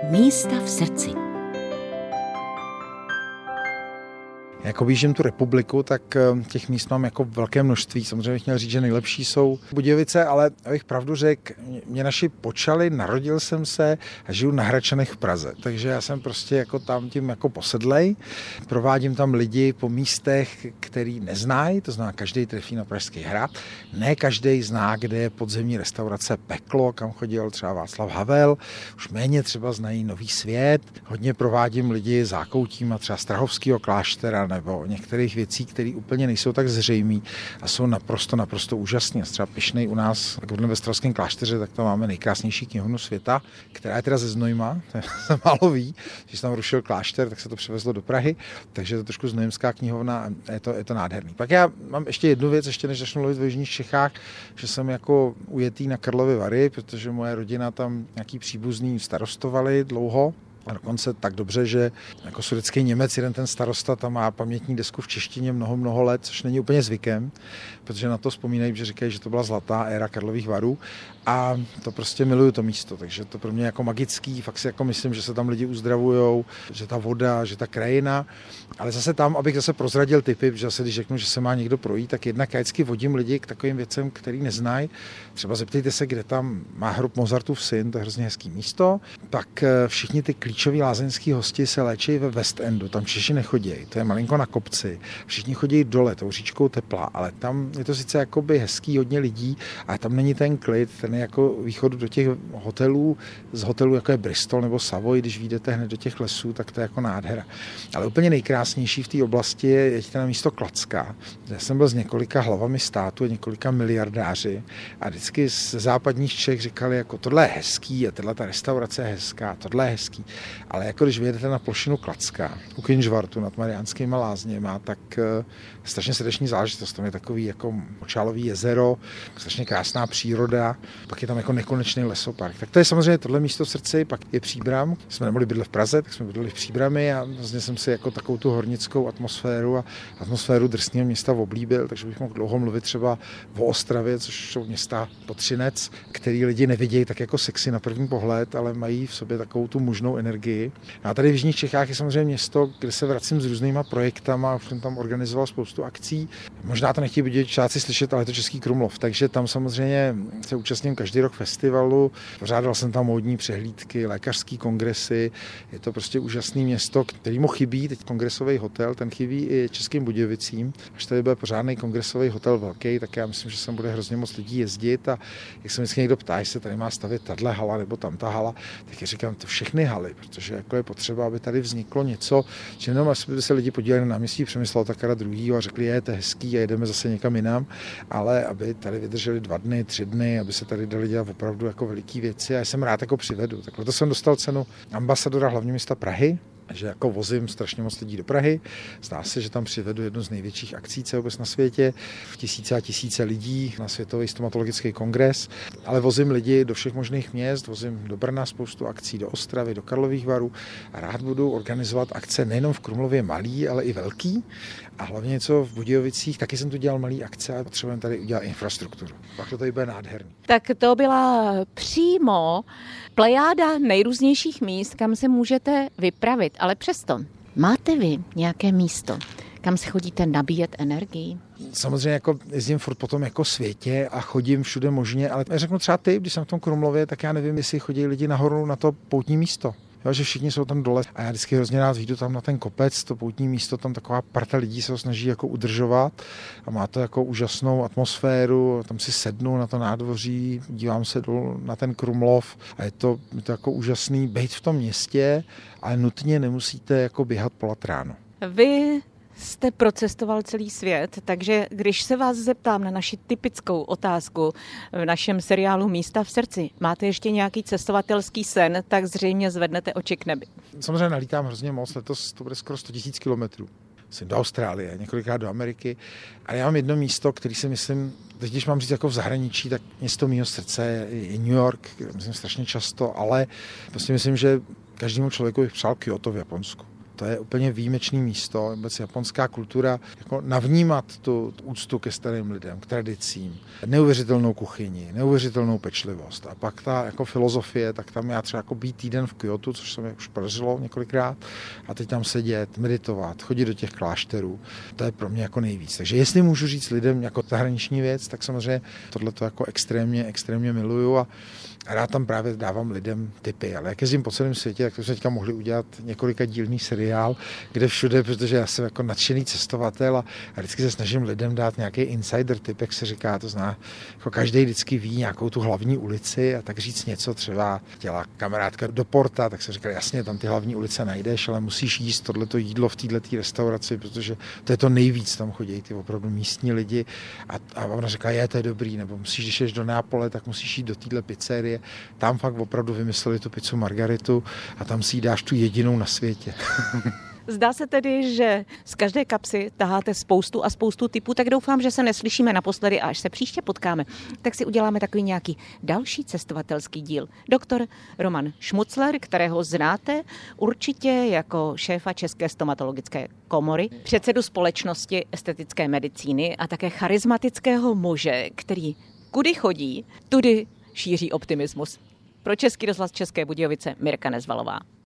Místa v srdci. Jak objíždím tu republiku, tak těch míst mám jako velké množství. Samozřejmě bych měl říct, že nejlepší jsou Budějovice, ale abych pravdu řekl, mě naši počali, narodil jsem se a žiju na Hradčanech v Praze. Takže já jsem prostě jako tam tím jako posedlej. Provádím tam lidi po místech, který neznají, to znamená každý trefí na Pražský hrad. Ne každý zná, kde je podzemní restaurace Peklo, kam chodil třeba Václav Havel. Už méně třeba znají Nový svět. Hodně provádím lidi zákoutíma třeba Strahovského kláštera nebo některých věcí, které úplně nejsou tak zřejmý a jsou naprosto úžasné. Třeba pyšnej u nás ve Ostravském klášteře, tak tam máme nejkrásnější knihovnu světa, která je teda ze Znojma, to se málo ví, když tam rušil klášter, tak se to přivezlo do Prahy, takže je to trošku znojemská knihovna a je to nádherný. Pak já mám ještě jednu věc, ještě než začnu lovit v jižních Čechách, že jsem jako ujetý na Karlovy Vary, protože moje rodina tam nějaký příbuzný starostovali dlouho. A dokonce tak dobře, že jako sudetský Němec, jeden ten starosta tam má pamětní desku v češtině mnoho let, což není úplně zvykem, protože na to vzpomínají, že říkají, že to byla zlatá éra Karlových Varů a to prostě miluju to místo, takže to pro mě jako magický, fakt si jako myslím, že se tam lidi uzdravujou, že ta voda, že ta krajina, ale zase tam, abych zase prozradil tipy, že zase když řeknu, že se má někdo projít, tak jednak já vždycky vodím lidi k takovým věcem, který neznají. Třeba zeptejte se, kde tam má hrob Mozartův syn, to je hrozně hezký místo. Pak všichni ty klíčoví lázeňský hosti se léčí ve West Endu, tam Češi nechodí, to je malinko na kopci. Všichni chodí dole tou říčkou Tepla, ale tam je to sice jakoby hezký, hodně lidí, ale tam není ten klid, ten je jako východ do těch hotelů, z hotelů jako je Bristol nebo Savoy, když vyjdete hned do těch lesů, tak to je jako nádhera. Ale úplně nejkrásnější v té oblasti je na místo Klacka. Já jsem byl s několika hlavami státu, několika miliardáři a vždycky z západních Čech říkali, jako tohle je hezký a ta restaurace je hezká, tohle je hezký. Ale jako když vyjedete na plošinu Klacka u Kynžvartu nad Mariánskýma lázněma, tak strašně srdeční záležitost. Tam je takový jako močálový jezero, strašně krásná příroda, pak je tam jako nekonečný lesopark. Tak to je samozřejmě tohle místo v srdci, pak je Příbram. Jsme nemohli bydlet v Praze, tak jsme bydleli v Příbrami a vlastně jsem si jako takovou tu hornickou atmosféru a atmosféru drsného města oblíbil, takže bych mohl dlouho mluvit třeba o Ostravě, což jsou města Potřinec, který lidi nevidějí tak jako sexy na první pohled, ale mají v sobě takovou tu mužnou energii. A tady v jižních Čechách je samozřejmě město, kde se vracím s různýma projektama, už jsem tam organizoval spoustu akcí. Možná to nechtějí Budějovičáci slyšet, ale je to Český Krumlov, takže tam samozřejmě se účastním každý rok festivalu. Pořádal jsem tam módní přehlídky, lékařský kongresy. Je to prostě úžasné město, kterému chybí teď kongresový hotel, ten chybí i Českým Budějovicím. Až tady bude pořádný kongresový hotel velký, tak já myslím, že sem bude hrozně moc lidí jezdit a jak se vždycky někdo ptá, jestli tady má stavět tahle hala nebo tamta hala, tak já říkám, to všechny haly, protože jako je potřeba, aby tady vzniklo něco, že jenom by se lidi podívali na náměstí Přemysla Otakara II. A řekli, je to hezký a jedeme zase někam jinam, ale aby tady vydrželi 2 dny, 3 dny, aby se tady dali dělat opravdu jako veliký věci a já jsem rád jako přivedu. Takhle to jsem dostal cenu ambasadora hlavního města Prahy, že jako vozím strašně moc lidí do Prahy. Zdá se, že tam přivedu jednu z největších akcí vůbec na světě, v tisíce a tisíce lidí na Světový stomatologický kongres, ale vozím lidi do všech možných měst, vozím do Brna spoustu akcí, do Ostravy, do Karlových Varů a rád budu organizovat akce nejenom v Krumlově malý, ale i velký a hlavně něco v Budějovicích, taky jsem tu dělal malý akce a potřebujeme tady udělat infrastrukturu. Pak to tady bude nádherný. Tak to byla přímo plejáda nejrůznějších míst, kam se můžete vypravit, ale přesto máte vy nějaké místo, kam se chodíte nabíjet energii? Samozřejmě jako jezdím furt po tom jako světě a chodím všude možně, ale já řeknu třeba ty, když jsem v tom Krumlově, tak já nevím, jestli chodí lidi nahoru na to poutní místo. Jo, že všichni jsou tam dole a já vždycky hrozně rád vyjdu tam na ten kopec, to poutní místo, tam taková parta lidí se ho snaží jako udržovat a má to jako úžasnou atmosféru, tam si sednu na to nádvoří, dívám se dolů na ten Krumlov a je to jako úžasný být v tom městě, ale nutně nemusíte jako běhat po Latránu. Vy jste procestoval celý svět, takže když se vás zeptám na naši typickou otázku v našem seriálu Místa v srdci, máte ještě nějaký cestovatelský sen, tak zřejmě zvednete oči k nebi. Samozřejmě nalítám hrozně moc, letos to bude skoro 100 000 kilometrů. Jsem do Austrálie, několikrát do Ameriky, ale já mám jedno místo, který si myslím, teď když mám říct jako v zahraničí, tak město mýho srdce je New York, kde myslím strašně často, ale prostě myslím, že každému člověku bych přál Kyoto v Japonsku. To je úplně výjimečné místo, vůbec japonská kultura, jako navnímat tu úctu ke starým lidem, k tradicím, neuvěřitelnou kuchyni, neuvěřitelnou pečlivost. A pak ta jako filozofie, tak tam já třeba jako být týden v Kyotu, což se mi už podařilo několikrát, a teď tam sedět, meditovat, chodit do těch klášterů, to je pro mě jako nejvíc. Takže jestli můžu říct lidem jako zahraniční věc, tak samozřejmě tohle to jako extrémně miluju a rád tam právě dávám lidem tipy, ale jak jezdím po celém světě, tak to jsme teďka mohli udělat několika dílný seriál, kde všude, protože já jsem jako nadšený cestovatel a vždycky se snažím lidem dát nějaký insider tip, jak se říká, to zná, jako každý vždycky ví nějakou tu hlavní ulici a tak říct něco, třeba chtěla kamarádka do Porta, tak jsem říkal, jasně, tam ty hlavní ulice najdeš, ale musíš jíst tohleto jídlo v této restauraci, protože to je to nejvíc, tam chodí ty opravdu místní lidi a ona říká, to je dobrý, nebo musíš, když jdeš do Neapole, tak musíš jít do téhle pizzerie. Tam fakt opravdu vymysleli tu pizzu Margaritu a tam si ji dáš tu jedinou na světě. Zdá se tedy, že z každé kapsy taháte spoustu typů, tak doufám, že se neslyšíme naposledy a až se příště potkáme, tak si uděláme takový nějaký další cestovatelský díl. Doktor Roman Šmucler, kterého znáte určitě jako šéfa České stomatologické komory, předsedu společnosti estetické medicíny a také charismatického muže, který kudy chodí, tudy šíří optimismus. Pro Český rozhlas České Budějovice Mirka Nezvalová.